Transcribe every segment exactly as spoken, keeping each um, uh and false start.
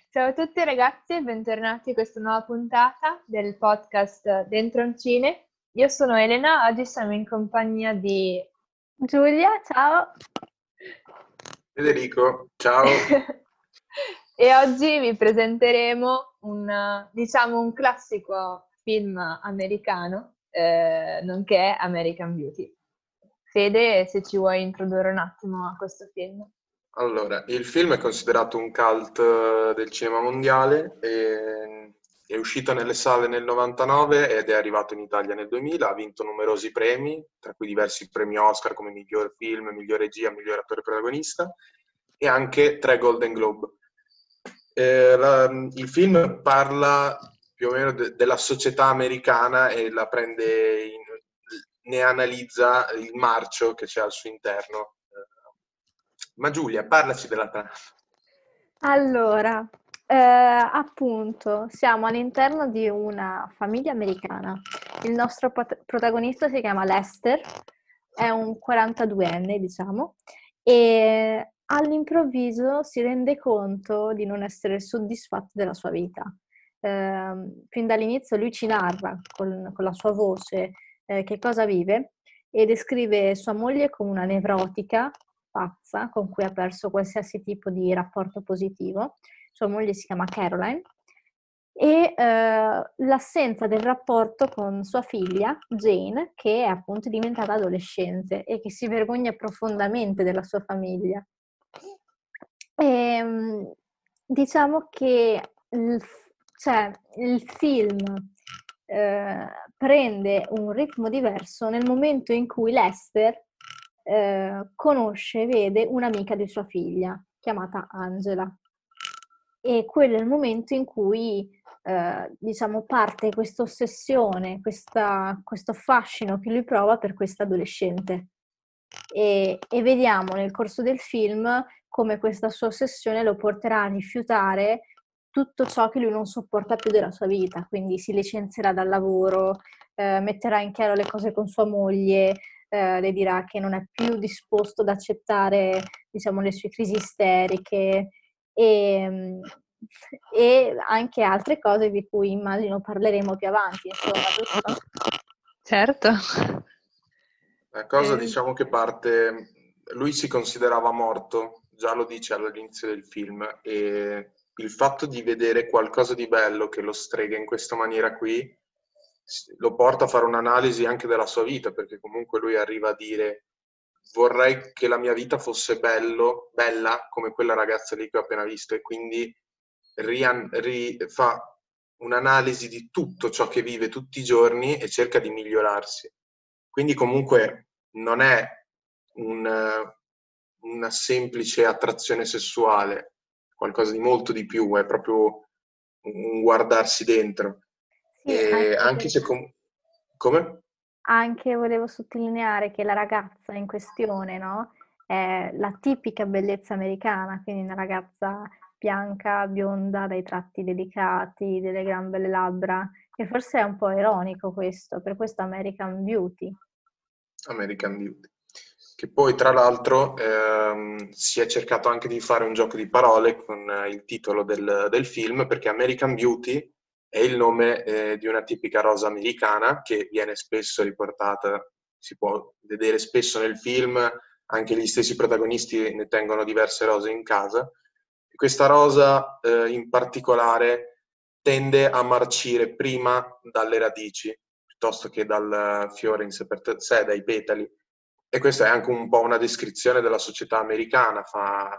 Ciao a tutti ragazzi e bentornati a questa nuova puntata del podcast Dentro un Cine. Io sono Elena, oggi siamo in compagnia di Giulia, ciao! Federico, ciao! E oggi vi presenteremo un, diciamo, un classico film americano, eh, nonché American Beauty. Fede, se ci vuoi introdurre un attimo a questo film. Allora, il film è considerato un cult eh, del cinema mondiale, e è uscito nelle sale nel novantanove ed è arrivato in Italia nel duemila, ha vinto numerosi premi, tra cui diversi premi Oscar come miglior film, miglior regia, miglior attore protagonista e anche tre Golden Globe. Eh, la- il film parla più o meno de- della società americana e la prende in, ne analizza il marcio che c'è al suo interno. Ma Giulia, parlaci della trama. Allora, eh, appunto, siamo all'interno di una famiglia americana. Il nostro pot- protagonista si chiama Lester, è un quarantaduenne, diciamo, e all'improvviso si rende conto di non essere soddisfatto della sua vita. Eh, fin dall'inizio lui ci narra con, con la sua voce eh, che cosa vive e descrive sua moglie come una nevrotica pazza con cui ha perso qualsiasi tipo di rapporto positivo. Sua moglie si chiama Caroline e eh, l'assenza del rapporto con sua figlia Jane, che è appunto diventata adolescente e che si vergogna profondamente della sua famiglia. E, diciamo che il, cioè, il film eh, prende un ritmo diverso nel momento in cui Lester eh, conosce e vede un'amica di sua figlia chiamata Angela. E quello è il momento in cui eh, diciamo parte questa ossessione, questa, questo fascino che lui prova per questa adolescente. E, e vediamo nel corso del film come questa sua ossessione lo porterà a rifiutare tutto ciò che lui non sopporta più della sua vita, quindi si licenzierà dal lavoro, eh, metterà in chiaro le cose con sua moglie, eh, le dirà che non è più disposto ad accettare, diciamo, le sue crisi isteriche e, e anche altre cose di cui immagino parleremo più avanti, insomma, giusto? Certo. La cosa Eh, diciamo che parte, lui si considerava morto, già lo dice all'inizio del film, e il fatto di vedere qualcosa di bello che lo strega in questa maniera qui lo porta a fare un'analisi anche della sua vita, perché comunque lui arriva a dire vorrei che la mia vita fosse bello, bella come quella ragazza lì che ho appena visto e quindi rian- ri- fa un'analisi di tutto ciò che vive tutti i giorni e cerca di migliorarsi. Quindi comunque non è un, una semplice attrazione sessuale, qualcosa di molto di più, è proprio un guardarsi dentro. Sì, E anche anche se perché com- come? Anche volevo sottolineare che la ragazza in questione, no? È la tipica bellezza americana, quindi una ragazza bianca, bionda, dai tratti delicati, delle gran belle labbra, che forse è un po' ironico questo, per questo American Beauty. American Beauty. Che poi tra l'altro ehm, si è cercato anche di fare un gioco di parole con eh, il titolo del, del film, perché American Beauty è il nome eh, di una tipica rosa americana che viene spesso riportata, si può vedere spesso nel film, anche gli stessi protagonisti ne tengono diverse rose in casa. E questa rosa eh, in particolare tende a marcire prima dalle radici piuttosto che dal fiore in sé per sé, dai petali. E questa è anche un po' una descrizione della società americana, fa,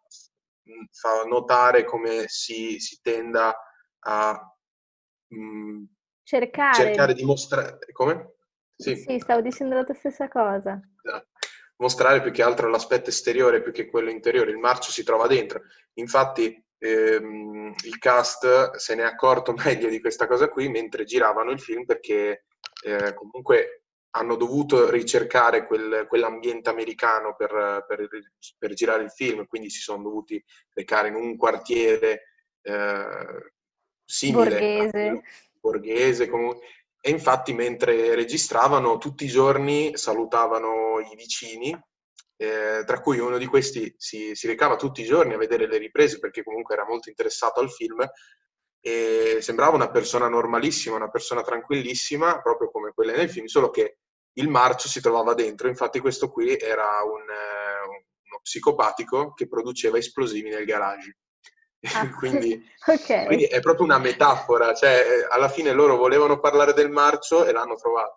fa notare come si, si tenda a mh, Cercare, cercare di mostrare... Come? Sì. sì, stavo dicendo la tua stessa cosa. Mostrare più che altro l'aspetto esteriore più che quello interiore, il marcio si trova dentro. Infatti ehm, il cast se ne è accorto meglio di questa cosa qui mentre giravano il film perché eh, comunque hanno dovuto ricercare quel, quell'ambiente americano per, per, per girare il film, quindi si sono dovuti recare in un quartiere eh, simile a Borghese. quello borghese comunque. E infatti mentre registravano tutti i giorni salutavano i vicini eh, tra cui uno di questi si, si recava tutti i giorni a vedere le riprese perché comunque era molto interessato al film e sembrava una persona normalissima, una persona tranquillissima, proprio come quelle nel film, solo che il marcio si trovava dentro. Infatti questo qui era un, eh, uno psicopatico che produceva esplosivi nel garage. Ah, quindi, ok. quindi è proprio una metafora, cioè alla fine loro volevano parlare del marcio e l'hanno trovato.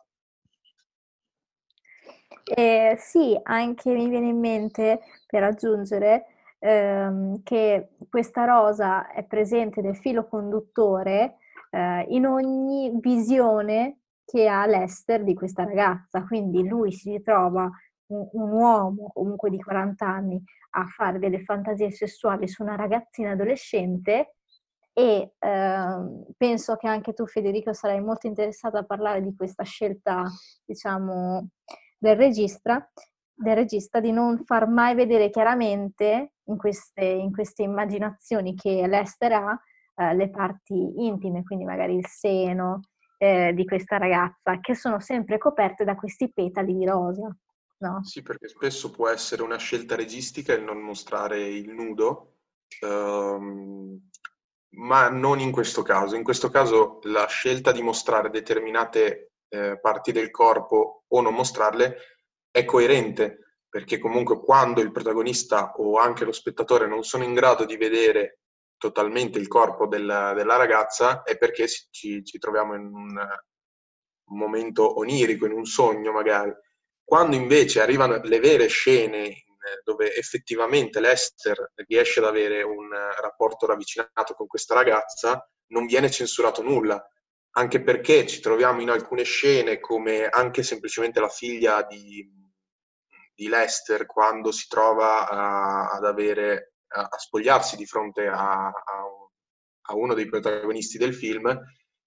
Eh, sì, anche mi viene in mente, per aggiungere, ehm, che questa rosa è presente nel filo conduttore eh, in ogni visione che ha Lester di questa ragazza. Quindi lui si ritrova un, un uomo comunque di quaranta anni a fare delle fantasie sessuali su una ragazzina adolescente e ehm, penso che anche tu, Federico, sarai molto interessato a parlare di questa scelta, diciamo, del regista, del regista di non far mai vedere chiaramente in queste, in queste immaginazioni che Lester ha eh, le parti intime, quindi magari il seno eh, di questa ragazza, che sono sempre coperte da questi petali di rosa, no? Sì, perché spesso può essere una scelta registica il non mostrare il nudo, ehm, ma non in questo caso. In questo caso la scelta di mostrare determinate eh, parti del corpo o non mostrarle è coerente, perché comunque quando il protagonista o anche lo spettatore non sono in grado di vedere totalmente il corpo della, della ragazza è perché ci, ci troviamo in un, un momento onirico, in un sogno magari. Quando invece arrivano le vere scene dove effettivamente Lester riesce ad avere un rapporto ravvicinato con questa ragazza, non viene censurato nulla, anche perché ci troviamo in alcune scene come anche semplicemente la figlia di, di Lester quando si trova a, ad avere, a, a spogliarsi di fronte a, a, a uno dei protagonisti del film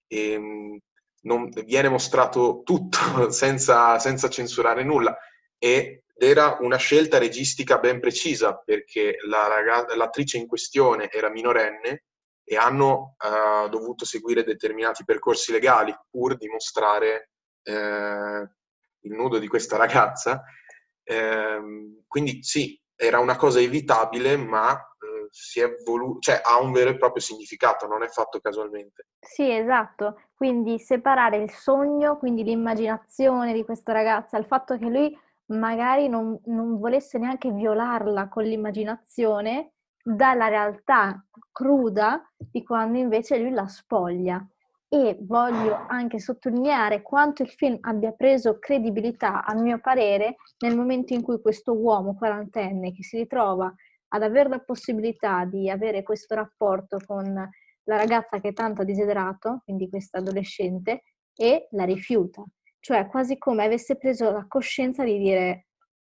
e non, viene mostrato tutto senza, senza censurare nulla ed era una scelta registica ben precisa perché la ragazza, l'attrice in questione era minorenne e hanno uh, dovuto seguire determinati percorsi legali pur di mostrare eh, il nudo di questa ragazza. Eh, quindi sì, era una cosa evitabile, ma eh, si è voluto, cioè ha un vero e proprio significato, non è fatto casualmente. Sì, esatto. Quindi separare il sogno, quindi l'immaginazione di questa ragazza, il fatto che lui magari non, non volesse neanche violarla con l'immaginazione, dalla realtà cruda di quando invece lui la spoglia. E voglio anche sottolineare quanto il film abbia preso credibilità, a mio parere, nel momento in cui questo uomo quarantenne che si ritrova ad avere la possibilità di avere questo rapporto con la ragazza che tanto ha desiderato, quindi questa adolescente, e la rifiuta. Cioè quasi come avesse preso la coscienza di dire,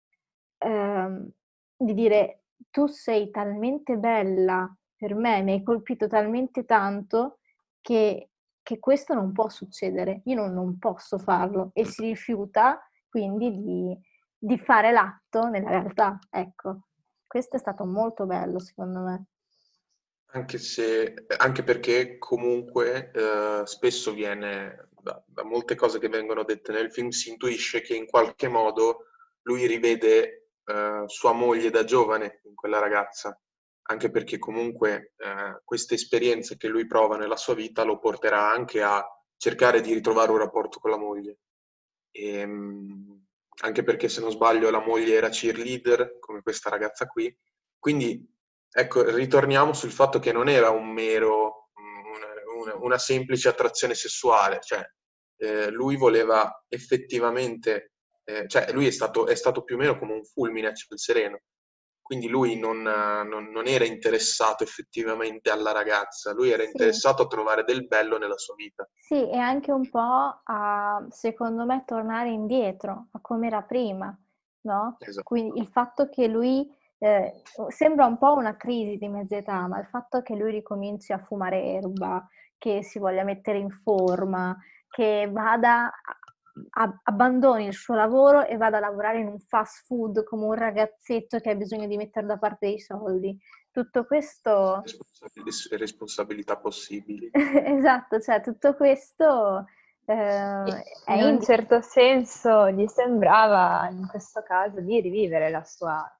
ehm, di dire tu sei talmente bella per me, mi hai colpito talmente tanto che, che questo non può succedere, io non, non posso farlo e si rifiuta quindi di, di fare l'atto nella realtà. Ecco, questo è stato molto bello secondo me. Anche se, anche perché comunque eh, spesso viene, da, da molte cose che vengono dette nel film, si intuisce che in qualche modo lui rivede eh, sua moglie da giovane in quella ragazza, anche perché comunque eh, queste esperienze che lui prova nella sua vita lo porterà anche a cercare di ritrovare un rapporto con la moglie. E, anche perché se non sbaglio la moglie era cheerleader, come questa ragazza qui, quindi ecco, ritorniamo sul fatto che non era un mero, una, una, una semplice attrazione sessuale, cioè eh, lui voleva effettivamente, eh, cioè lui è stato, è stato più o meno come un fulmine a ciel sereno, quindi lui non, non, non era interessato effettivamente alla ragazza, lui era Sì. interessato a trovare del bello nella sua vita. Sì, e anche un po' a, secondo me, tornare indietro a come era prima, no? Esatto. Quindi il fatto che lui, eh, sembra un po' una crisi di mezza età, ma il fatto che lui ricominci a fumare erba, che si voglia mettere in forma, che vada, a, abbandoni il suo lavoro e vada a lavorare in un fast food come un ragazzetto che ha bisogno di mettere da parte dei soldi. Tutto questo... Responsabilità possibili. Esatto, cioè tutto questo eh, è In un indice. certo senso gli sembrava in questo caso di rivivere la sua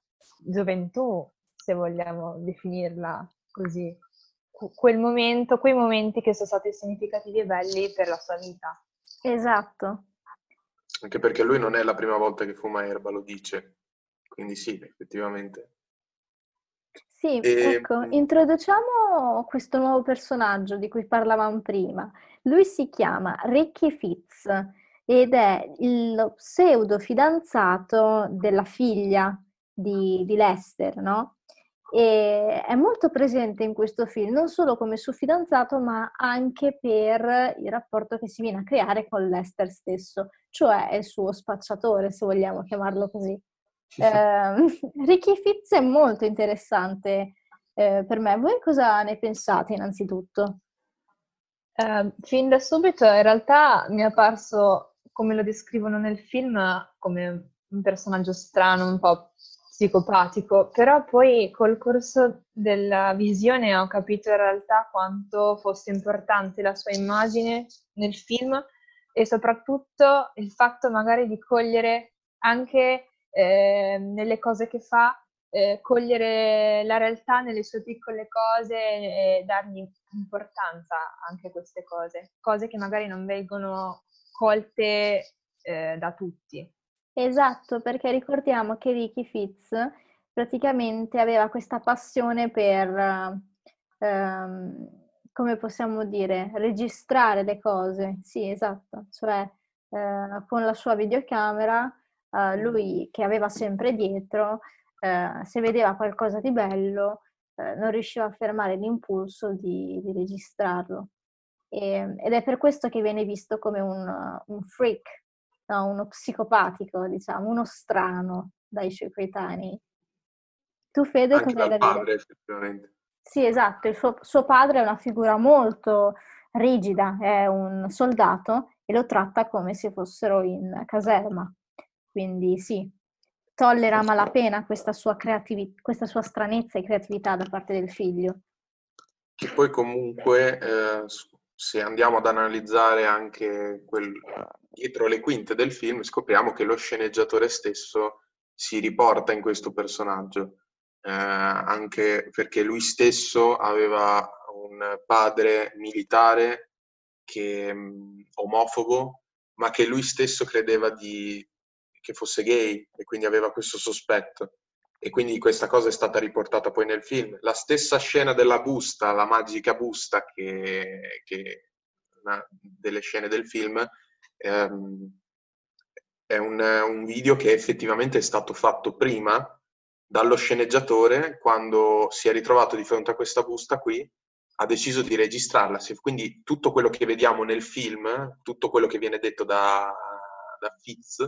gioventù, se vogliamo definirla così. Quel momento, quei momenti che sono stati significativi e belli per la sua vita. Esatto. Anche perché lui non è la prima volta che fuma erba, lo dice. Quindi sì, effettivamente. Sì, E, ecco, introduciamo questo nuovo personaggio di cui parlavamo prima. Lui si chiama Ricky Fitz ed è il pseudo fidanzato della figlia di, di Lester, no? E è molto presente in questo film, non solo come suo fidanzato, ma anche per il rapporto che si viene a creare con Lester stesso, cioè è il suo spacciatore, se vogliamo chiamarlo così. Eh, Ricky Fitz è molto interessante eh, per me. Voi cosa ne pensate innanzitutto? Eh, fin da subito in realtà mi è apparso, come lo descrivono nel film, come un personaggio strano, un po' psicopatico, però poi col corso della visione ho capito in realtà quanto fosse importante la sua immagine nel film e soprattutto il fatto magari di cogliere anche eh, nelle cose che fa, eh, cogliere la realtà nelle sue piccole cose e dargli importanza anche a queste cose, cose che magari non vengono colte eh, da tutti. Esatto, perché ricordiamo che Ricky Fitz praticamente aveva questa passione per, ehm, come possiamo dire, registrare le cose. Sì, esatto, cioè eh, con la sua videocamera, eh, lui che aveva sempre dietro, eh, se vedeva qualcosa di bello, eh, non riusciva a fermare l'impulso di, di registrarlo. E- ed è per questo che viene visto come un, un freak, no, uno psicopatico, diciamo, uno strano dai suoi coetanei. Tu, Fede, anche cosa hai dal da dire? padre, effettivamente. Sì, esatto, il suo, suo padre è una figura molto rigida, è un soldato e lo tratta come se fossero in caserma. Quindi sì, tollera a malapena questa sua creativi- questa sua stranezza e creatività da parte del figlio. Che poi comunque, eh, se andiamo ad analizzare anche quel, dietro le quinte del film, scopriamo che lo sceneggiatore stesso si riporta in questo personaggio, eh, anche perché lui stesso aveva un padre militare che, mh, omofobo, ma che lui stesso credeva di, che fosse gay e quindi aveva questo sospetto. E quindi questa cosa è stata riportata poi nel film. La stessa scena della busta, la magica busta, che, che una delle scene del film, ehm, è un, un video che effettivamente è stato fatto prima dallo sceneggiatore quando si è ritrovato di fronte a questa busta qui, ha deciso di registrarla. Quindi tutto quello che vediamo nel film, tutto quello che viene detto da, da Fitz,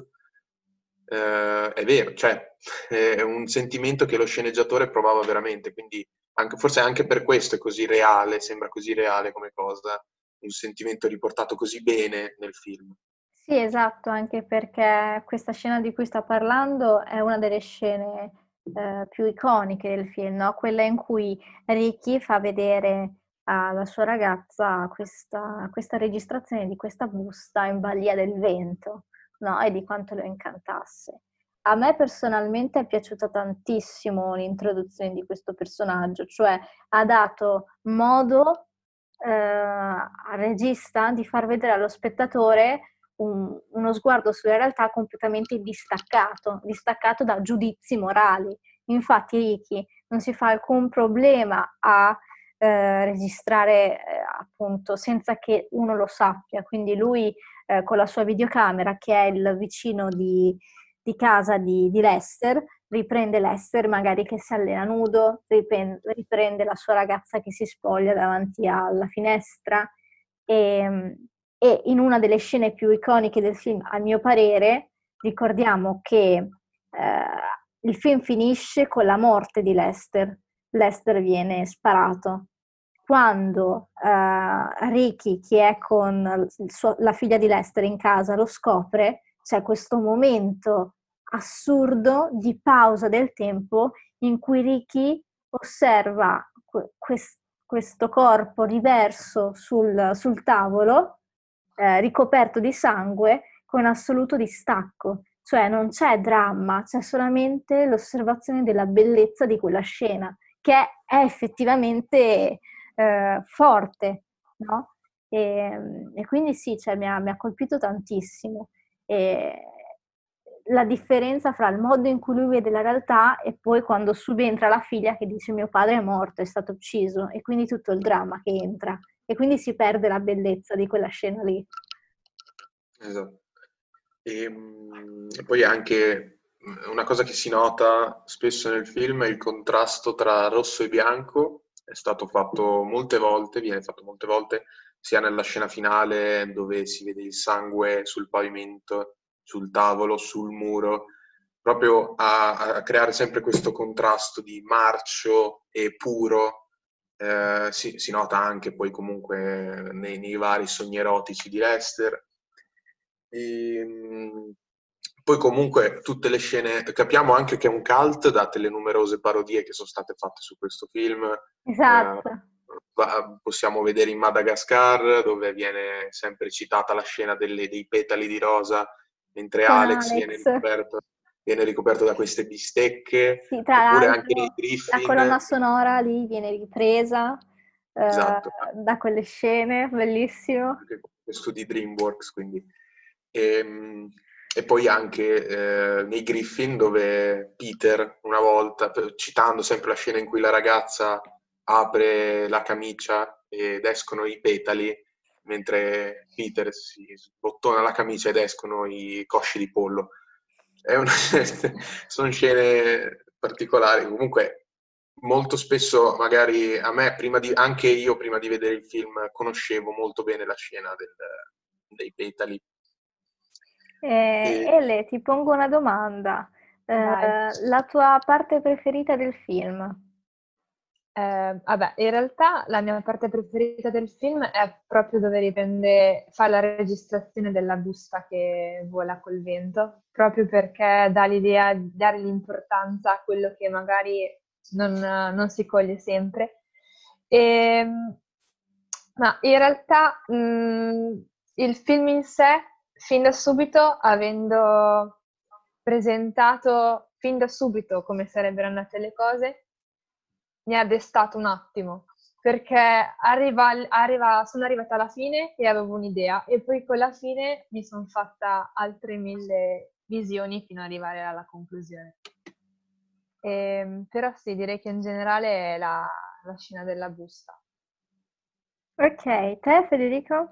eh, è vero, cioè è un sentimento che lo sceneggiatore provava veramente, quindi anche, forse anche per questo è così reale, sembra così reale come cosa, un sentimento riportato così bene nel film. Sì, esatto, anche perché questa scena di cui sta parlando è una delle scene eh, più iconiche del film, no? Quella in cui Ricky fa vedere alla sua ragazza questa, questa registrazione di questa busta in balia del vento, no? E di quanto lo incantasse. A me personalmente è piaciuta tantissimo l'introduzione di questo personaggio, cioè ha dato modo eh, al regista di far vedere allo spettatore un- uno sguardo sulla realtà completamente distaccato, distaccato da giudizi morali. Infatti Ricky non si fa alcun problema a eh, registrare eh, appunto senza che uno lo sappia, quindi lui eh, con la sua videocamera, che è il vicino di, di casa di, di Lester, riprende Lester magari che si allena nudo, riprende, riprende la sua ragazza che si spoglia davanti alla finestra e, e in una delle scene più iconiche del film, a mio parere, ricordiamo che eh, il film finisce con la morte di Lester. Lester viene sparato. Quando eh, Ricky, che è con il suo- la figlia di Lester in casa, lo scopre, c'è questo momento assurdo di pausa del tempo in cui Ricky osserva que- quest- questo corpo riverso sul, sul tavolo, eh, ricoperto di sangue, con assoluto distacco. cioè non c'è dramma, c'è solamente l'osservazione della bellezza di quella scena, che è effettivamente eh, forte, no? E, e quindi sì, cioè, mi ha, mi ha colpito tantissimo. E la differenza fra il modo in cui lui vede la realtà e poi quando subentra la figlia che dice mio padre è morto, è stato ucciso, e quindi tutto il dramma che entra. E quindi si perde la bellezza di quella scena lì. Esatto. E, mm, e poi anche mm, una cosa che si nota spesso nel film è il contrasto tra rosso e bianco. È stato fatto molte volte, viene fatto molte volte, sia nella scena finale dove si vede il sangue sul pavimento, sul tavolo, sul muro, proprio a, a creare sempre questo contrasto di marcio e puro. Eh, si, si nota anche poi comunque nei, nei vari sogni erotici di Lester. E, mh, poi comunque tutte le scene, capiamo anche che è un cult date le numerose parodie che sono state fatte su questo film. Eh, Esatto. va- possiamo vedere in Madagascar dove viene sempre citata la scena delle- dei petali di rosa mentre Con Alex viene Alex. ricoperto, viene ricoperto da queste bistecche, Sì, tra oppure anche nei l'altro la colonna Griffin. sonora lì viene ripresa eh, Esatto, da quelle scene, bellissimo. anche questo di DreamWorks, quindi. E, e poi anche eh, nei Griffin dove Peter, una volta, citando sempre la scena in cui la ragazza apre la camicia ed escono i petali, mentre Peter si sbottona la camicia ed escono i cosci di pollo. È una, sono scene particolari, comunque molto spesso magari a me, prima di, anche io prima di vedere il film, conoscevo molto bene la scena del, dei petali. Eh, E, Ele, ti pongo una domanda. Eh, Vai. la tua parte preferita del film? Eh, vabbè, in realtà la mia parte preferita del film è proprio dove riprende, fa la registrazione della busta che vola col vento, proprio perché dà l'idea di dare l'importanza a quello che magari non, non si coglie sempre. E, ma in realtà mh, il film in sé, fin da subito, avendo presentato fin da subito come sarebbero andate le cose, mi ha destato un attimo, perché arriva, arriva- sono arrivata alla fine e avevo un'idea, e poi con la fine mi sono fatta altre mille visioni fino ad arrivare alla conclusione. Ehm, però sì, direi che in generale è la, la scena della busta. Ok, te Federico?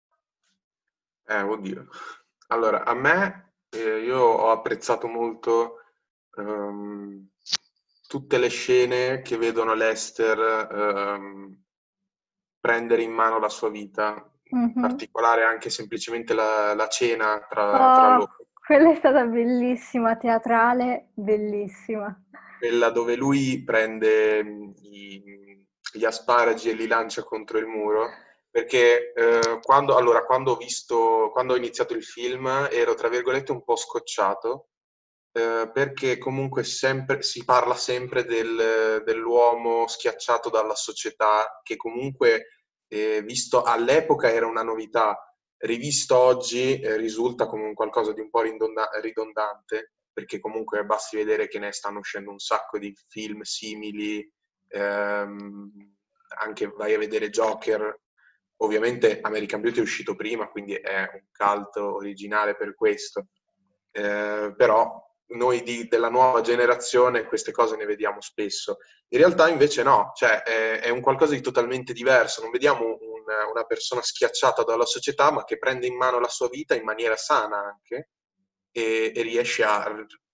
eh, oddio. Allora, a me, eh, io ho apprezzato molto ehm, tutte le scene che vedono Lester ehm, prendere in mano la sua vita, in Mhm. particolare anche semplicemente la, la cena tra, tra Oh, loro. quella è stata bellissima, teatrale, bellissima. Quella dove lui prende mh, i- gli asparagi e li lancia contro il muro, perché eh, quando, allora, quando ho visto, quando ho iniziato il film ero tra virgolette un po' scocciato, eh, perché comunque sempre, si parla sempre del- dell'uomo schiacciato dalla società, che comunque eh, visto all'epoca era una novità, rivisto oggi eh, risulta come un qualcosa di un po' ridonda- ridondante, perché comunque basti vedere che ne stanno uscendo un sacco di film simili, ehm, anche vai a vedere Joker, ovviamente American Beauty è uscito prima, quindi è un cult originale per questo, eh, però noi di, della nuova generazione queste cose ne vediamo spesso. In realtà invece no, cioè è, è un qualcosa di totalmente diverso, non vediamo un, una persona schiacciata dalla società ma che prende in mano la sua vita in maniera sana anche e, e riesce a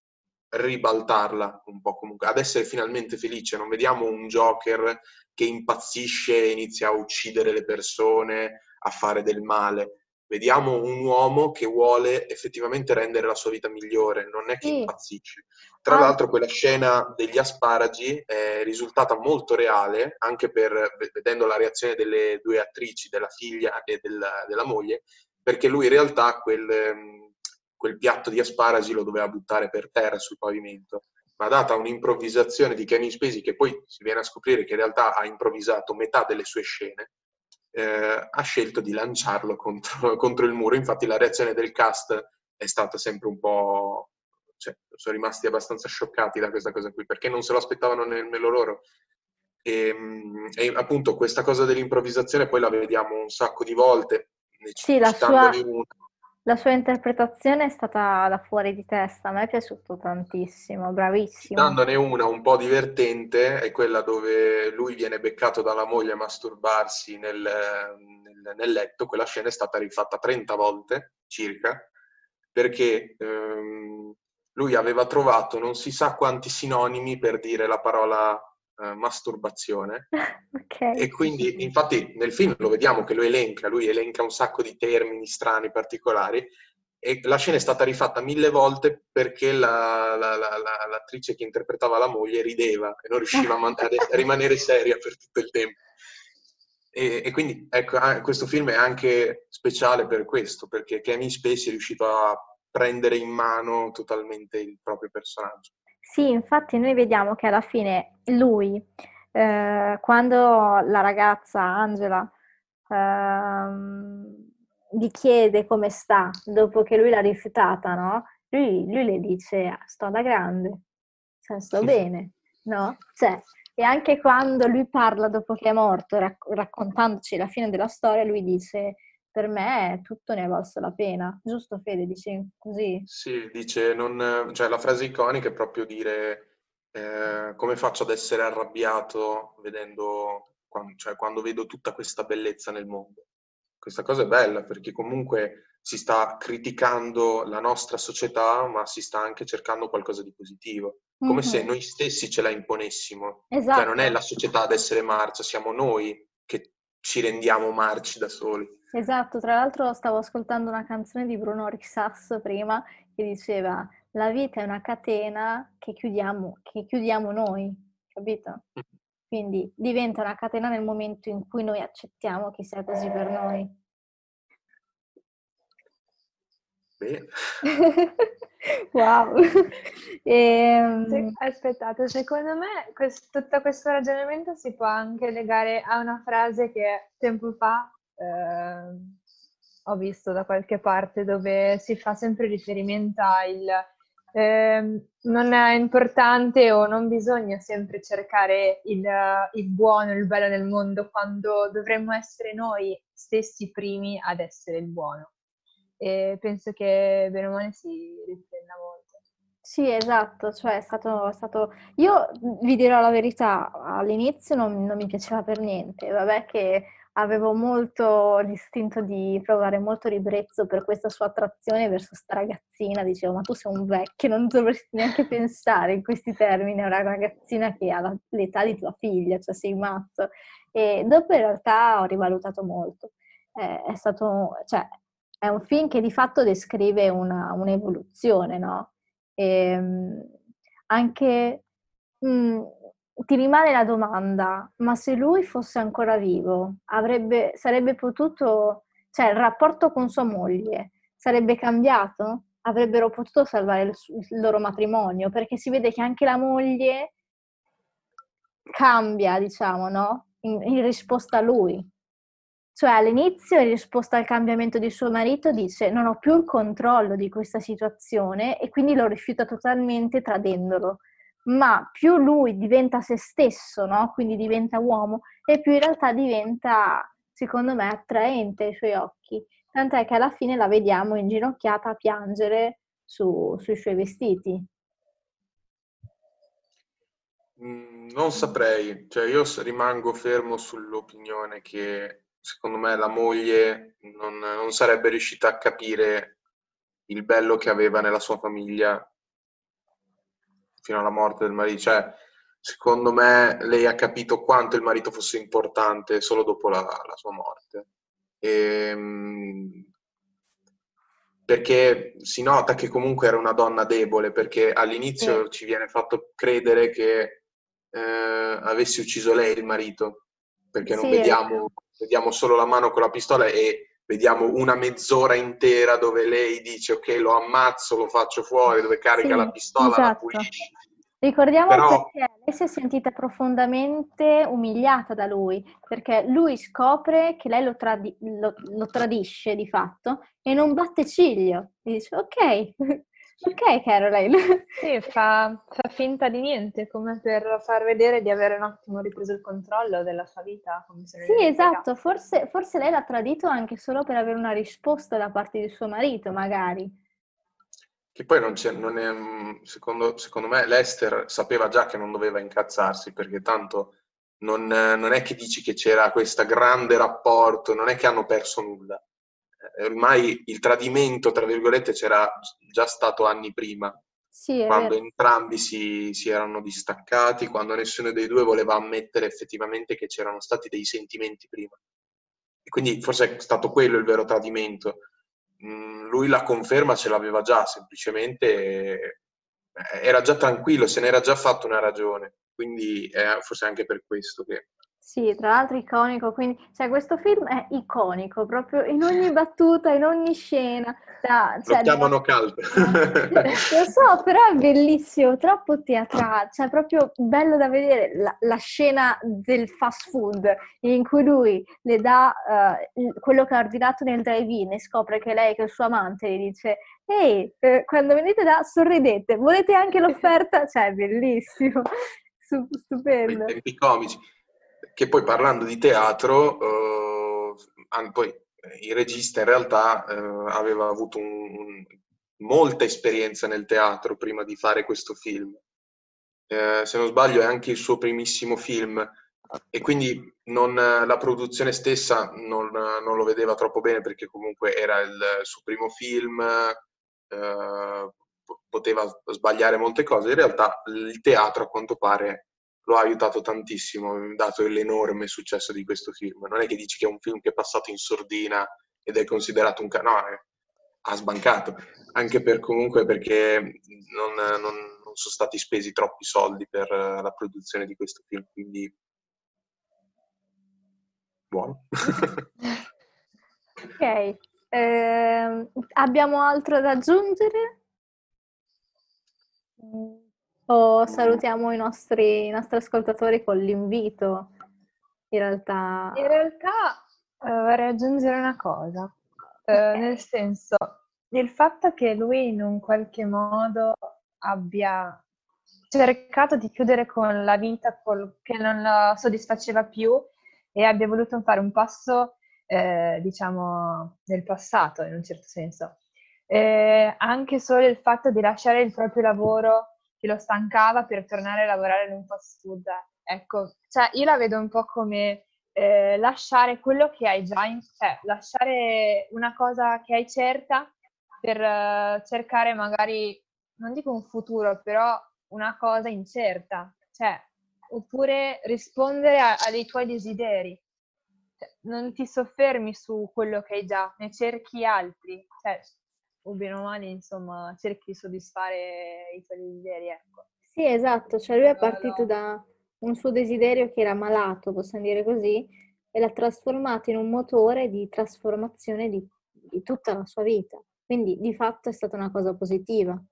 ribaltarla un po' comunque, ad essere finalmente felice. Non vediamo un Joker che impazzisce e inizia a uccidere le persone, a fare del male. Vediamo un uomo che vuole effettivamente rendere la sua vita migliore, non è che Sì, impazzisce. Tra ah, l'altro quella scena degli asparagi è risultata molto reale, anche per, vedendo la reazione delle due attrici, della figlia e della, della moglie, perché lui in realtà quel, quel piatto di asparagi lo doveva buttare per terra sul pavimento, ma data un'improvvisazione di Kevin Spacey, che poi si viene a scoprire che in realtà ha improvvisato metà delle sue scene, eh, ha scelto di lanciarlo contro, contro il muro. Infatti la reazione del cast è stata sempre un po' cioè, sono rimasti abbastanza scioccati da questa cosa qui, perché non se lo aspettavano nemmeno loro. E, e appunto questa cosa dell'improvvisazione poi la vediamo un sacco di volte, Sì, la sua, citandone una. la sua interpretazione è stata da fuori di testa, a me è piaciuto tantissimo, bravissimo. Citandone una un po' divertente, è quella dove lui viene beccato dalla moglie a masturbarsi nel, nel, nel letto. Quella scena è stata rifatta trenta volte circa, perché ehm, lui aveva trovato non si sa quanti sinonimi per dire la parola eh, masturbazione. Ok. E quindi, infatti, nel film lo vediamo che lo elenca, lui elenca un sacco di termini strani, particolari, e la scena è stata rifatta mille volte perché la, la, la, la, l'attrice che interpretava la moglie rideva e non riusciva a, man- a rimanere seria per tutto il tempo. E, e quindi ecco, questo film è anche speciale per questo, perché Kevin Spacey è riuscito a prendere in mano totalmente il proprio personaggio. Sì, infatti noi vediamo che alla fine lui, eh, quando la ragazza Angela ehm, gli chiede come sta dopo che lui l'ha rifiutata, no? Lui, lui le dice, "Ah, sto alla grande, cioè, sto bene, no? Cioè, e anche quando lui parla dopo che è morto, rac- raccontandoci la fine della storia, lui dice, per me tutto ne è valso la pena, giusto Fede? Dici così? Sì, dice, non, cioè la frase iconica è proprio dire eh, come faccio ad essere arrabbiato vedendo, quando, cioè, quando vedo tutta questa bellezza nel mondo. Questa cosa è bella perché comunque si sta criticando la nostra società, ma si sta anche cercando qualcosa di positivo, come se Mhm. noi stessi ce la imponessimo. Cioè non è Esatto. la società ad essere marcia, siamo noi che ci rendiamo marci da soli. Esatto, tra l'altro stavo ascoltando una canzone di Bruno Risas prima che diceva la vita è una catena che chiudiamo, che chiudiamo noi, capito? Quindi diventa una catena nel momento in cui noi accettiamo che sia così per noi. Bene. Wow! Sì, Ehm, aspettate, secondo me quest- tutto questo ragionamento si può anche legare a una frase che tempo fa ehm, ho visto da qualche parte dove si fa sempre riferimento al ehm, non è importante o non bisogna sempre cercare il, il buono, il bello nel mondo quando dovremmo essere noi stessi i primi ad essere il buono. E penso che bene o male si riprenda molto. Sì, esatto, cioè è stato, è stato... Io vi dirò la verità, all'inizio non, non mi piaceva per niente, vabbè che avevo molto l'istinto di provare molto ribrezzo per questa sua attrazione verso sta ragazzina, dicevo, ma tu sei un vecchio, non dovresti neanche pensare in questi termini, è una ragazzina che ha la- l'età di tua figlia, cioè sei matto. E dopo in realtà ho rivalutato molto. Eh, è stato, cioè, è un film che di fatto descrive una, un'evoluzione, no? E, anche mh, ti rimane la domanda, ma se lui fosse ancora vivo, avrebbe, sarebbe potuto, cioè il rapporto con sua moglie sarebbe cambiato? Avrebbero potuto salvare il, su- il loro matrimonio? Perché si vede che anche la moglie cambia, diciamo, no? In, in risposta a lui. Cioè all'inizio, in risposta al cambiamento di suo marito, dice non ho più il controllo di questa situazione e quindi lo rifiuta totalmente tradendolo. Ma più lui diventa se stesso, no? Quindi diventa uomo, e più in realtà diventa, secondo me, attraente ai suoi occhi. Tant'è che alla fine la vediamo inginocchiata a piangere su- sui suoi vestiti. Mm, Non saprei, cioè io s- rimango fermo sull'opinione che secondo me la moglie non, non sarebbe riuscita a capire il bello che aveva nella sua famiglia fino alla morte del marito. Cioè, secondo me lei ha capito quanto il marito fosse importante solo dopo la, la sua morte. Ehm, perché si nota che comunque era una donna debole, perché Sì, all'inizio ci viene fatto credere che eh, avesse ucciso lei il marito, perché non sì, è vero. vediamo, vediamo solo la mano con la pistola e vedidiamo una mezz'ora intera dove lei dice ok, lo ammazzo, lo faccio fuori, dove carica la Sì, pistola, la esatto. pulisce. Ricordiamo Però perché lei si è sentita profondamente umiliata da lui, perché lui scopre che lei lo, tradi- lo- lo tradisce di fatto e non batte ciglio. E dice, ok, Ok, Caroline. Sì, fa, fa finta di niente, come per far vedere di avere un attimo ripreso il controllo della sua vita, come se non Sì, gliene esatto, fregasse. forse, forse lei l'ha tradito anche solo per avere una risposta da parte di suo marito, magari. Che poi non c'è, non è, mm, secondo, secondo me Lester sapeva già che non doveva incazzarsi, perché tanto non, eh, non è che dici che c'era questo grande rapporto, non è che hanno perso nulla. Eh, Ormai il tradimento, tra virgolette, c'era già stato anni prima, Sì, è quando vero. entrambi si, si erano distaccati, quando nessuno dei due voleva ammettere effettivamente che c'erano stati dei sentimenti prima. E quindi forse è stato quello il vero tradimento. Mm, lui la conferma ce l'aveva già, semplicemente eh, era già tranquillo, se n'era già fatto una ragione. Quindi è forse anche per questo che Sì, tra l'altro iconico, quindi cioè, questo film è iconico, proprio in ogni battuta, in ogni scena. Da, lo cioè, da- chiamano cult. Lo so, però è bellissimo, troppo teatrale, cioè proprio bello da vedere la, la scena del fast food in cui lui le dà eh, il- quello che ha ordinato nel drive-in e scopre che lei, che è il suo amante, gli dice ehi, eh, quando venite da sorridete, volete anche l'offerta? Cioè, è bellissimo, Su- Quei stupendo. tempi comici. Che poi parlando di teatro, eh, an- poi eh, il regista in realtà eh, aveva avuto un- un- molta esperienza nel teatro prima di fare questo film. Eh, se non sbaglio è anche il suo primissimo film e quindi non- la produzione stessa non, non lo vedeva troppo bene perché comunque era il suo primo film, eh, poteva sbagliare molte cose. In realtà il teatro a quanto pare lo ha aiutato tantissimo, dato l'enorme successo di questo film. Non è che dici che è un film che è passato in sordina ed è considerato un ca- no, è- ha sbancato, anche per comunque perché non, non, non sono stati spesi troppi soldi per la produzione di questo film, quindi buono. Ok, ehm, abbiamo altro da aggiungere? O salutiamo i nostri, i nostri ascoltatori con l'invito, in In realtà. realtà eh, vorrei aggiungere una cosa, Ok. eh, nel senso, il fatto che lui in un qualche modo abbia cercato di chiudere con la vita col- che non lo soddisfaceva più e abbia voluto fare un passo, eh, diciamo, nel passato, in un certo senso. Eh, anche solo il fatto di lasciare il proprio lavoro che lo stancava per tornare a lavorare in un fast food. Ecco, cioè io la vedo un po' come eh, lasciare quello che hai già, in, cioè lasciare una cosa che hai certa per eh, cercare magari, non dico un futuro, però una cosa incerta, cioè, oppure rispondere a, a dei tuoi desideri. Cioè, non ti soffermi su quello che hai già, ne cerchi altri, cioè, o bene o male, insomma, cerchi di soddisfare i tuoi desideri, ecco. Sì, esatto, cioè lui è Lo- partito lo- da un suo desiderio che era malato, possiamo dire così, e l'ha trasformato in un motore di trasformazione di, di tutta la sua vita. Quindi di fatto è stata una cosa positiva.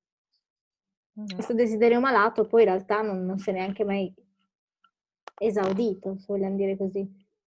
Mhm. Questo desiderio malato poi in realtà non, non si è neanche mai esaudito, se vogliamo dire così.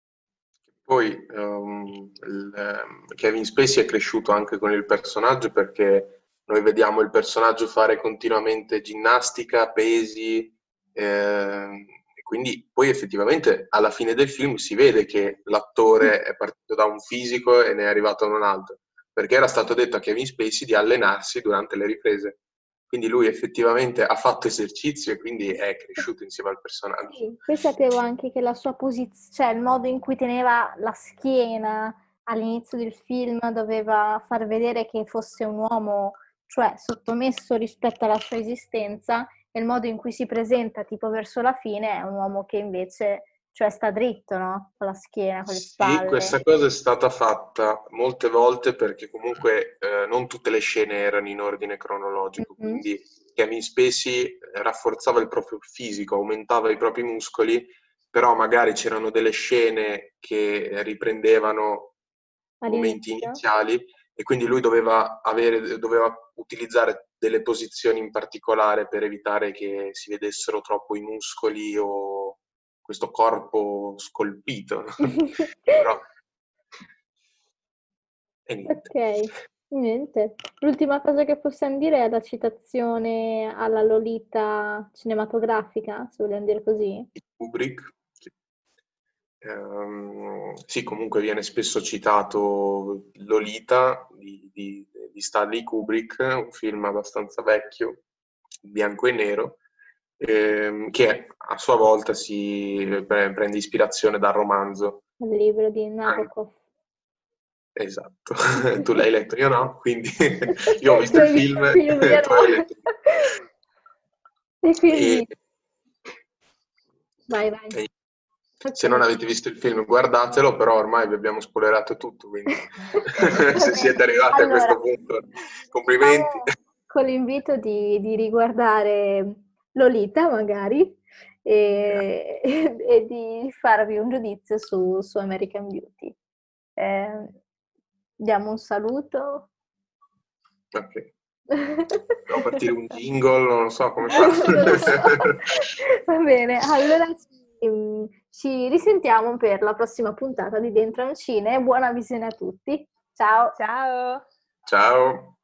Poi ehm, il, ehm, Kevin Spacey è cresciuto anche con il personaggio perché noi vediamo il personaggio fare continuamente ginnastica, pesi, ehm, e quindi poi effettivamente alla fine del film si vede che l'attore è partito da un fisico e ne è arrivato a un altro, perché era stato detto a Kevin Spacey di allenarsi durante le riprese. Quindi lui effettivamente ha fatto esercizio e quindi è cresciuto insieme al personaggio. Sì, poi sapevo anche che la sua posizione, cioè il modo in cui teneva la schiena all'inizio del film doveva far vedere che fosse un uomo, cioè sottomesso rispetto alla sua esistenza, e il modo in cui si presenta tipo verso la fine è un uomo che invece, cioè sta dritto, no? Con la schiena, con le Sì, spalle. questa cosa è stata fatta molte volte perché comunque eh, non tutte le scene erano in ordine cronologico, Mhm. quindi Kevin Spacey eh, rafforzava il proprio fisico, aumentava i propri muscoli, però magari c'erano delle scene che riprendevano momenti All'inizio. iniziali e quindi lui doveva, avere, doveva utilizzare delle posizioni in particolare per evitare che si vedessero troppo i muscoli o questo corpo scolpito. Però, e niente. Ok. Niente. L'ultima cosa che possiamo dire è la citazione alla Lolita cinematografica, se vogliamo dire così. Kubrick, sì. Ehm, sì, comunque viene spesso citato Lolita di, di- di Stanley Kubrick, un film abbastanza vecchio, bianco e nero, ehm, che a sua volta si pre- prende ispirazione dal romanzo. Il libro di An- Nabokov. Esatto, tu l'hai letto, io no, quindi io ho visto Tu il hai visto film il film, e io tu l'hai letto. no. E E, quindi, vai, vai. e se non Ok. avete visto il film, guardatelo, però ormai vi abbiamo spoilerato tutto, quindi Va se bene. siete arrivati a Allora, questo punto, complimenti. chiudiamo con l'invito di, di riguardare Lolita, magari, e, e di farvi un giudizio su, su American Beauty. Eh, diamo un saluto. Ok. Devo partire un jingle, non lo so come fa. Non lo so. Va bene, allora ci, ci risentiamo per la prossima puntata di Dentro al Cine. Buona visione a tutti. Ciao. Ciao! Ciao.